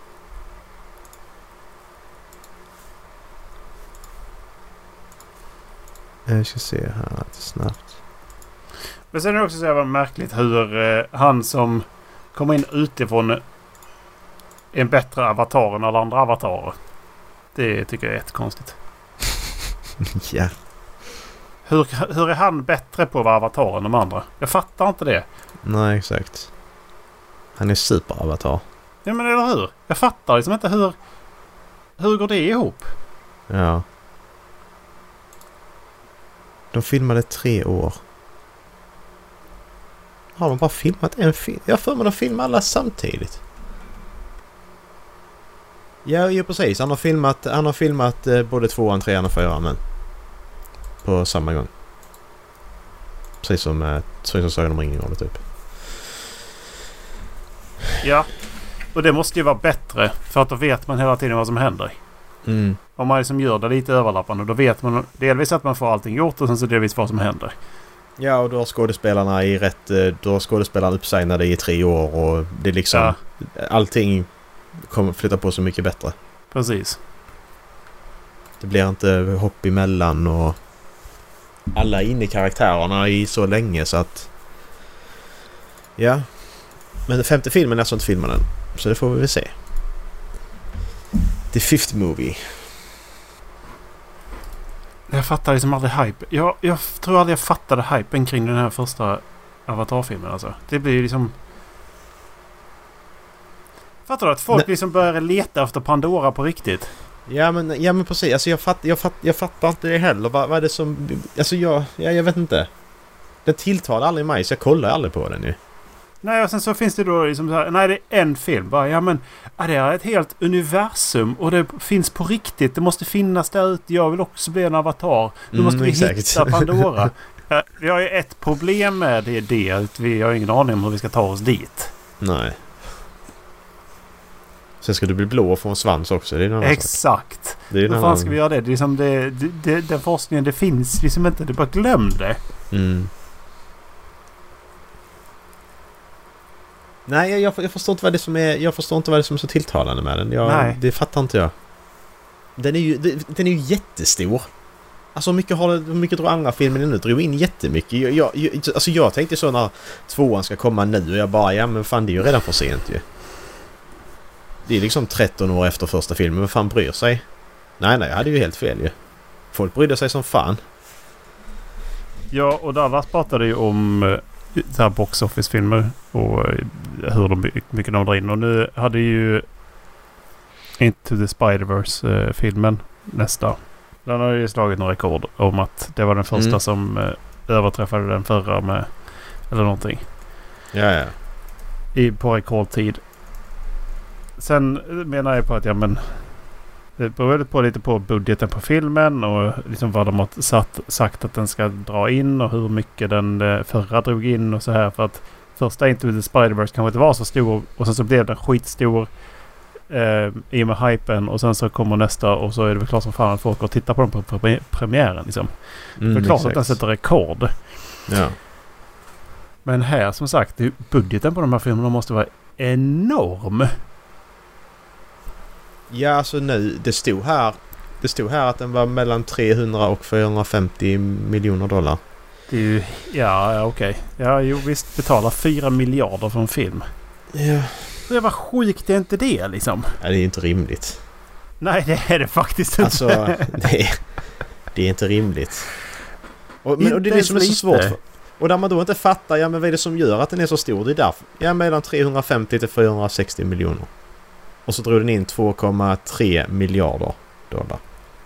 S2: Uh, vi ska se här lite snabbt.
S1: Men sen är det också så jävla märkligt hur uh, han som kommer in utifrån är en bättre avatar än alla andra avatarer. Det tycker jag är jättekonstigt.
S2: Ja. Yeah.
S1: Hur, hur är han bättre på att vara avatar än de andra? Jag fattar inte det.
S2: Nej, exakt. Han är superavatar.
S1: Ja, men eller hur? Jag fattar liksom inte hur... Hur går det ihop?
S2: Ja. De filmade tre år. Har de bara filmat en film? Jag får man att filma alla samtidigt. Ja, ju precis. Han har filmat, han har filmat eh, både tvåan, trean och fyran, men på samma gång. Precis som, eh, precis som Sagan om ringen håller typ.
S1: Ja, och det måste ju vara bättre för att då vet man hela tiden vad som händer.
S2: Mm.
S1: Om man liksom gör det lite överlappande, då vet man delvis att man får allting gjort och sen så delvis vad som händer.
S2: Ja, och då har skådespelarna i rätt... Då har skådespelarna uppsignade i tre år och det är liksom... Ja. Allting kommer flytta på så mycket bättre.
S1: Precis.
S2: Det blir inte hopp emellan och alla är inne i karaktärerna i så länge så att... Ja. Men den femte filmen är alltså inte filmen än. Så det får vi väl se. The Fifth Movie.
S1: Jag fattar liksom aldrig hype. Jag, jag tror aldrig jag fattade hypen kring den här första Avatar-filmen. Alltså. Det blir ju liksom... Fattar du att folk Nej. liksom börjar leta efter Pandora på riktigt?
S2: Ja men, ja, men precis. Alltså, jag, fatt, jag, fatt, jag fattar inte det heller. Vad, vad är det som... Alltså jag, ja, jag vet inte. Den tilltalar aldrig mig så jag kollar aldrig på den ju.
S1: Nej, och sen så finns det då liksom så här, nej det är en film bara, ja men ja, det är ett helt universum och det finns på riktigt, det måste finnas där ute, jag vill också bli en avatar, nu måste mm, vi exakt. hitta Pandora. Ja, vi har ju ett problem med det, det, vi har ingen aning om hur vi ska ta oss dit.
S2: Nej. Sen ska du bli blå och få en svans också, det är
S1: exakt. Det är hur fan annan... ska vi göra det? Det är liksom det, det, det, den forskningen, det finns liksom inte, det bara glöm det.
S2: Mm. Nej, jag, jag förstår inte vad det som är. Jag förstår inte vad det som är så tilltalande med den. Jag,
S1: Nej.
S2: Det fattar inte jag. Den är ju, den är ju jättestor. Alltså hur mycket, har det, hur mycket tror andra filmen nu? Drog in jättemycket. Jag, jag, jag, alltså jag tänkte så när tvåan ska komma nu och jag bara, ja men fan det är ju redan för sent ju. Det är liksom tretton år efter första filmen. Vem fan bryr sig? Nej, nej, jag hade ju helt fel ju. Folk brydde sig som fan.
S1: Ja, och Dallas pratade ju om så här box office-filmer och hur de, mycket de drar in. Och nu hade ju Into the Spider-Verse-filmen nästa. Den har ju slagit några rekord om att det var den första mm. som eh, överträffade den förra med eller någonting.
S2: Ja, ja.
S1: I, på rekordtid. Sen menar jag på att ja, men det beror på lite på budgeten på filmen och liksom vad de har satt, sagt att den ska dra in och hur mycket den förra drog in och så här, för att första Into the Spider-Verse kanske inte var så stor och sen så blev den skitstor eh, i och med hypen och sen så kommer nästa och så är det väl klart som fan att folk går och tittar på den på pre- premiären liksom. Mm, det är klart exakt. Att den sätter rekord.
S2: Ja.
S1: Men här som sagt, budgeten på de här filmerna måste vara enorm.
S2: Ja, alltså nu, det stod här det stod här att den var mellan trehundra och fyrahundrafemtio miljoner dollar.
S1: Det är ju, ja, ja okej. Okay. Ja, jo visst, betala fyra miljarder för en film.
S2: Ja.
S1: Det var sjukt, är inte det liksom?
S2: Ja, det är inte rimligt.
S1: Nej, det är det faktiskt inte.
S2: Alltså, det är, det är inte rimligt. Och, men, och det är det som är så svårt. För, och där man då inte fattar, ja men vad är det som gör att den är så stor? Det är därför. Ja, mellan trehundrafemtio till fyrahundrasextio miljoner. Och så drog den in två komma tre miljarder dollar.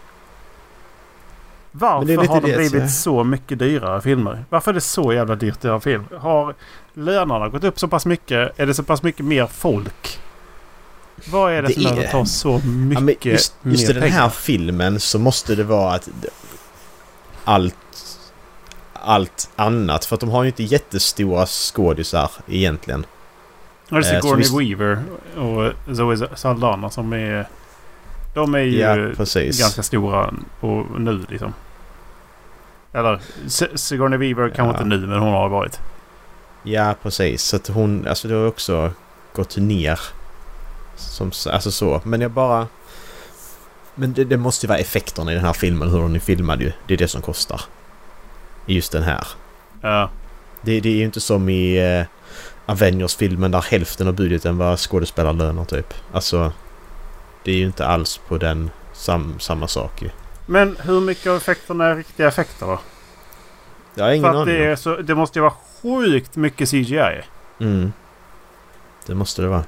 S1: Varför har det blivit det, så mycket dyrare filmer? Varför är det så jävla dyrt att göra film? Har lönerna gått upp så pass mycket? Är det så pass mycket mer folk? Vad är det, det som är... tar så mycket ja, just, mer
S2: just i
S1: pengar?
S2: Den här filmen så måste det vara att allt allt annat. För att de har ju inte jättestora skådisar egentligen.
S1: Ja, det är Sigourney Weaver och Zoe Saldana som är... De är ju ja, ganska stora och nu liksom. Eller Sigourney Weaver kanske ja. inte nu, men hon har varit.
S2: Ja, precis. Så att hon, alltså det har också gått ner. Som, alltså så. Men jag bara... Men det, det måste ju vara effekterna i den här filmen, hur hon filmade ju. Det är det som kostar. I just den här.
S1: Ja.
S2: Det, det är ju inte som i uh, Avengers-filmen där hälften av budgeten var skådespelarlöner typ. Alltså... Det är ju inte alls på den sam, samma sak ju.
S1: Men hur mycket av effekterna är riktiga effekter då?
S2: Jag har ingen
S1: För att
S2: aning.
S1: Det, är så, det måste ju vara sjukt mycket C G I.
S2: Mm. Det måste det vara.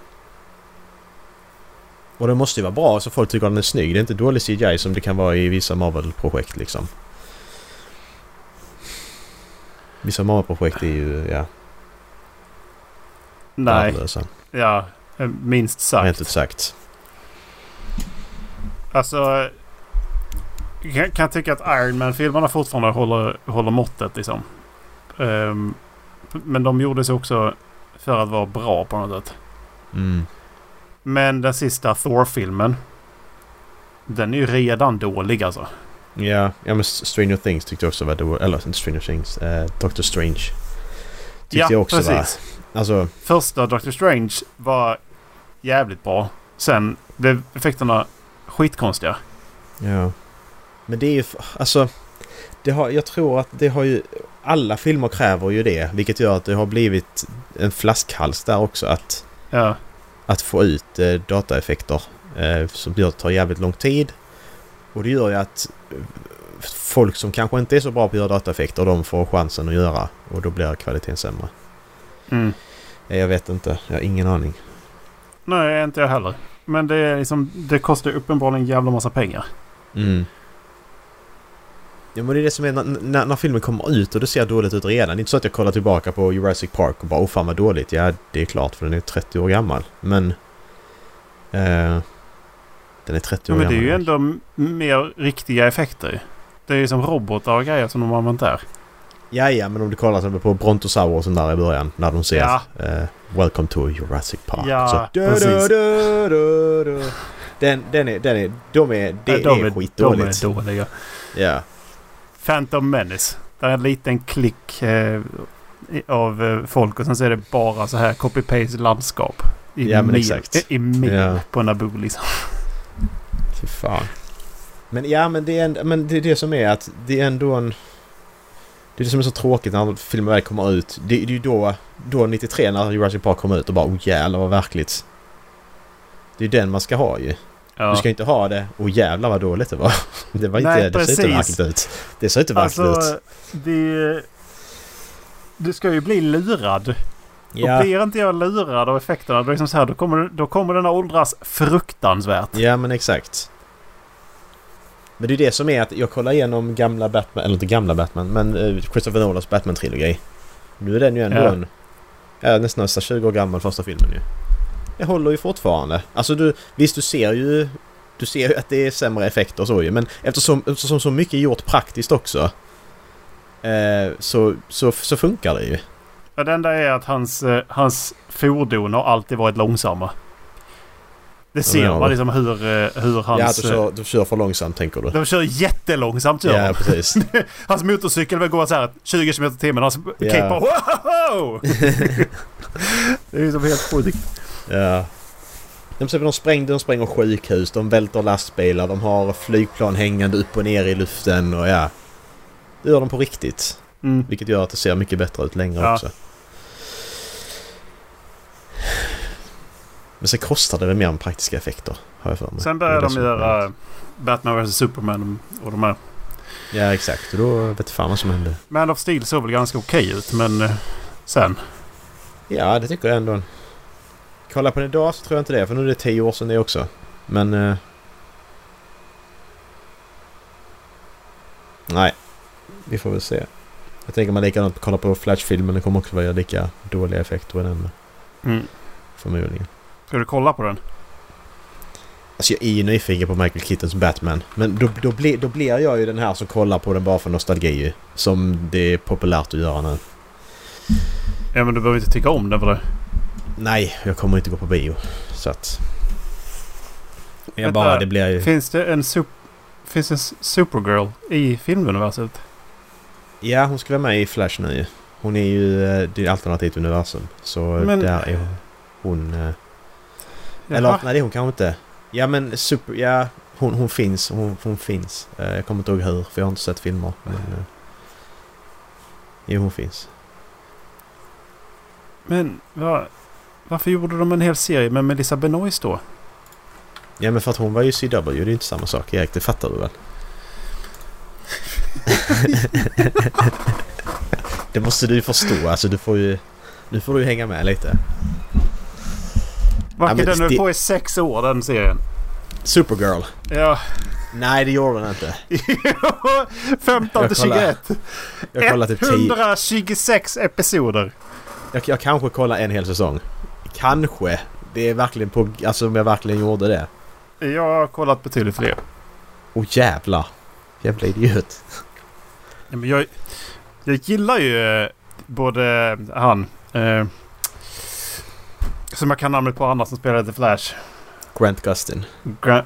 S2: Och det måste ju vara bra så folk tycker att den är snygg. Det är inte dålig C G I som det kan vara i vissa Marvel-projekt liksom. Vissa Marvel-projekt är ju, ja...
S1: Nej.
S2: Värdelösa.
S1: Ja, minst sagt.
S2: Helt sagt.
S1: Alltså, jag kan tycka att Iron Man-filmerna fortfarande håller, håller måttet liksom. Um, men de gjordes också för att vara bra på något sätt.
S2: Mm.
S1: Men den sista Thor-filmen, den är ju redan dålig alltså.
S2: Ja, ja men Stranger Things tyckte jag också var dålig. Eller inte Stranger Things. Eh, Doctor Strange. Tyckte
S1: ja,
S2: jag också
S1: precis.
S2: var... Alltså...
S1: Första Doctor Strange var jävligt bra. Sen blev effekterna skitkonstiga.
S2: Ja. Men det är ju... Alltså... Det har, jag tror att det har ju... Alla filmer kräver ju det. Vilket gör att det har blivit en flaskhals där också. Att,
S1: ja.
S2: att få ut eh, dataeffekter. Eh, som gör att det tar jävligt lång tid. Och det gör ju att folk som kanske inte är så bra på att göra dataeffekter, de får chansen att göra. Och då blir kvaliteten sämre.
S1: Mm.
S2: Jag vet inte. Jag har ingen aning.
S1: Nej, inte jag heller. Men det, är liksom, det kostar uppenbarligen en jävla massa pengar.
S2: Mm. Ja, men det är det som är när, när, när filmen kommer ut och det ser dåligt ut redan. Det är inte så att jag kollar tillbaka på Jurassic Park och bara, åh fan vad dåligt. Ja, det är klart för den är trettio år gammal. Men... Eh, den är trettio år
S1: ja, men
S2: gammal.
S1: det är ju ändå m- mer riktiga effekter. Det är ju som robotar och grejer som de har använt där.
S2: Ja, ja, men om du kollar på Brontosaurus där i början. När de ser
S1: ja.
S2: eh, Welcome to Jurassic Park.
S1: Ja,
S2: så,
S1: precis.
S2: Du, du, du. Den, den är, den är, de är, det
S1: ja, de
S2: är, är skitdåligt.
S1: De är dåliga.
S2: Ja.
S1: Phantom Menace. Där är en liten klick eh, av eh, folk och sen så är det bara så här copy-paste landskap. I
S2: ja, men
S1: mil,
S2: exakt.
S1: I mil
S2: ja.
S1: på Naboo liksom.
S2: Fy fan. Men ja, men det är, en, men det är det som är att det är ändå en... Det är det som är så tråkigt när filmen väl kommer ut. Det, det är ju då, då nittiotre när Jurassic Park kommer ut och bara, oh jävlar vad verkligt. Det är den man ska ha ju. Ja. Du ska inte ha det, och jävlar vad dåligt det var. Det var inte,
S1: nej,
S2: det ser inte verkligt ut. Det ser inte verkligt
S1: alltså,
S2: ut.
S1: Det, det ska ju bli lurad. Ja. Och blir inte jag lurad av effekterna, då, är det liksom så här, då, kommer, då kommer den att åldras fruktansvärt.
S2: Ja, men exakt. Men det är det som är att jag kollar igenom gamla Batman, eller inte gamla Batman, men uh, Christopher Nolans Batman-trilogi. Nu är den ju ändå ja. en ja, nästan tjugo år gammal första filmen ju. Jag håller ju fortfarande. Alltså du, visst du ser ju du ser ju att det är sämre effekter och så ju, men eftersom, eftersom så mycket är gjort praktiskt också eh, så, så, så funkar det ju.
S1: Ja, det enda är att hans, eh, hans fordon har alltid varit långsamma. Det ser ja, man liksom hur, hur hans...
S2: Ja, du kör, du kör för långsamt, tänker du.
S1: De kör jättelångsamt, gör
S2: ja, precis.
S1: Hans motorcykel vill gå så här tjugo kilometer i timmen. Hans
S2: ja.
S1: cape bara, wow! Det är ju som helt sjukt.
S2: Ja. De, de, spräng, de spränger sjukhus, de välter lastbilar, de har flygplan hängande upp och ner i luften och ja. Det gör de på riktigt.
S1: Mm.
S2: Vilket gör att det ser mycket bättre ut längre ja. också. Men sen kostar det väl mer än praktiska effekter, har jag för mig.
S1: Sen börjar de göra Batman versus Superman och de här.
S2: Ja, exakt. Och då vet jag fan vad som händer.
S1: Man of Steel såg väl ganska okej okay ut, men eh, sen...
S2: Ja, det tycker jag ändå. Kolla på den idag så tror jag inte det, för nu är det tio år sedan det också. Men... Eh... Nej, vi får väl se. Jag tänker man likadant kolla på Flash-filmen, det kommer också vara lika dåliga effekter på den.
S1: Mm.
S2: Förmodligen.
S1: Ska du kolla på den?
S2: Alltså jag är ju nyfiken på Michael Keatons Batman. Men då, då, bli, då blir jag ju den här som kollar på den bara för nostalgi. Som det är populärt att göra nu.
S1: Ja, men du behöver inte tycka om den för det.
S2: Nej, jag kommer inte gå på bio. Så att... Jag Vänta, bara, det blir ju...
S1: Finns det en, sup- finns det en Supergirl i filmuniverset?
S2: Ja, hon ska vara med i Flash nu. Hon är ju det alternativt universum. Så men... där är hon... hon eller nej, det är hon kanske inte. Ja, men super... Ja, hon, hon finns. Hon, hon finns. Jag kommer inte ihåg hur, för jag har inte sett filmer. Men... Jo, hon finns.
S1: Men var, varför gjorde de en hel serie med Melissa Benoist då?
S2: Ja, men för att hon var ju C W. Det är ju inte samma sak, Erik. Det fattar du väl? Det måste du ju förstå. Alltså, du får ju... Nu får du ju hänga med lite.
S1: Varför ja, den höll det... på i sex år, den serien?
S2: Supergirl.
S1: Ja.
S2: Nej, det gjorde den inte.
S1: femton till tjugoett.
S2: Jag kollar typ tio.
S1: etthundratjugosex episoder.
S2: Jag, jag kanske kollar en hel säsong. Kanske. Det är verkligen på... Alltså om jag verkligen gjorde det.
S1: Jag har kollat betydligt fler.
S2: Åh oh, jävlar. Jävla idiot.
S1: Ja, men jag, jag gillar ju eh, både han... Eh, som jag kan namnet på, andra som spelade The Flash.
S2: Grant Gustin.
S1: Gra-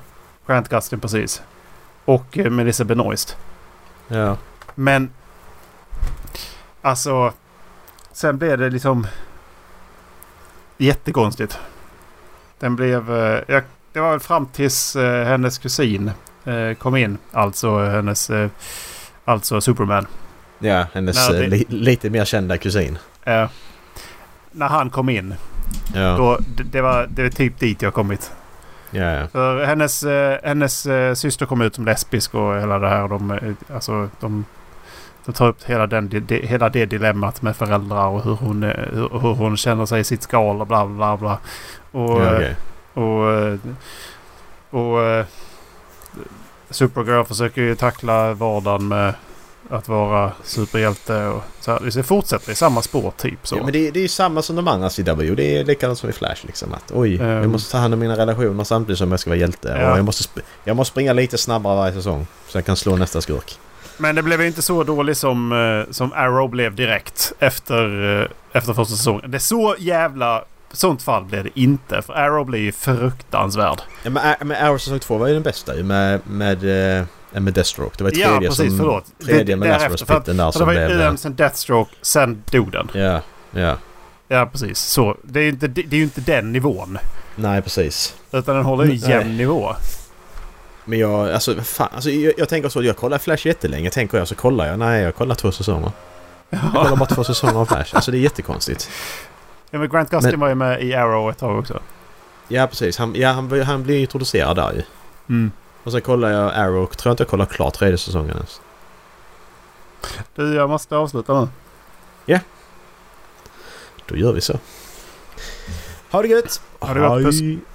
S1: Grant Gustin precis. Och eh, Melissa Benoist.
S2: Ja.
S1: Men alltså sen blev det liksom jättekonstigt. Den blev eh, jag, det var väl fram tills eh, hennes kusin eh, kom in, alltså hennes eh, alltså Superman.
S2: Ja, hennes
S1: det,
S2: eh, li, lite mer kända kusin.
S1: Eh, när han kom in.
S2: Ja.
S1: Då, det, det var det var typ dit jag kommit.
S2: Ja, ja.
S1: För hennes eh, hennes eh, syster kom ut som lesbisk och hela det här, de eh, alltså de De tar upp hela, den, de, hela det dilemmat med föräldrar och hur hon, hur, hur hon känner sig i sitt skal och bla bla bla. Och,
S2: Ja, okay.
S1: och, och, och Supergirl försöker ju tackla vardagen med att vara superhjälte. Och så här. Det fortsätter i samma spår typ. Så.
S2: Ja, men det, det är ju samma som de andra C W. Det är likadant som i Flash. Liksom, att, oj, um, jag måste ta hand om mina relationer samtidigt som jag ska vara hjälte.
S1: Ja.
S2: Och jag, måste sp- jag måste springa lite snabbare varje säsong så jag kan slå nästa skurk.
S1: Men det blev inte så dåligt som, uh, som Arrow blev direkt efter, uh, efter första säsongen. Det är så jävla... Sånt fall blev det inte. För Arrow blev ju fruktansvärd.
S2: Ja, men, men Arrow säsong två var ju den bästa ju med, med, med Deathstroke. Det var tredje,
S1: ja, precis,
S2: som,
S1: förlåt.
S2: tredje
S1: det,
S2: med Lazarus-pitten där
S1: för
S2: som
S1: det var ju
S2: blev...
S1: den sen Deathstroke, sen dog den.
S2: Ja, ja.
S1: Ja, precis. Så det är ju inte, det, det är ju inte den nivån.
S2: Nej, precis.
S1: Utan den håller ju jämn nivå.
S2: Men jag, alltså, fan, alltså jag, jag tänker så, jag kollar Flash jättelänge. Tänker jag så kollar jag. Nej, jag kollar två säsonger.
S1: Ja.
S2: Jag kollar bara två säsonger av Flash. Alltså det är jättekonstigt.
S1: Ja, men Grant Gustin
S2: men,
S1: var ju med i Arrow ett tag också.
S2: Ja, precis. Han, ja, han, han blir introducerad där ju.
S1: Mm. Och
S2: sen kollar jag Arrow och tror jag inte jag kollar klart tredje säsongen ens.
S1: Du, jag måste avsluta nu.
S2: Ja. Då gör vi så. Ha det gött!
S1: Ha det gott. Puss.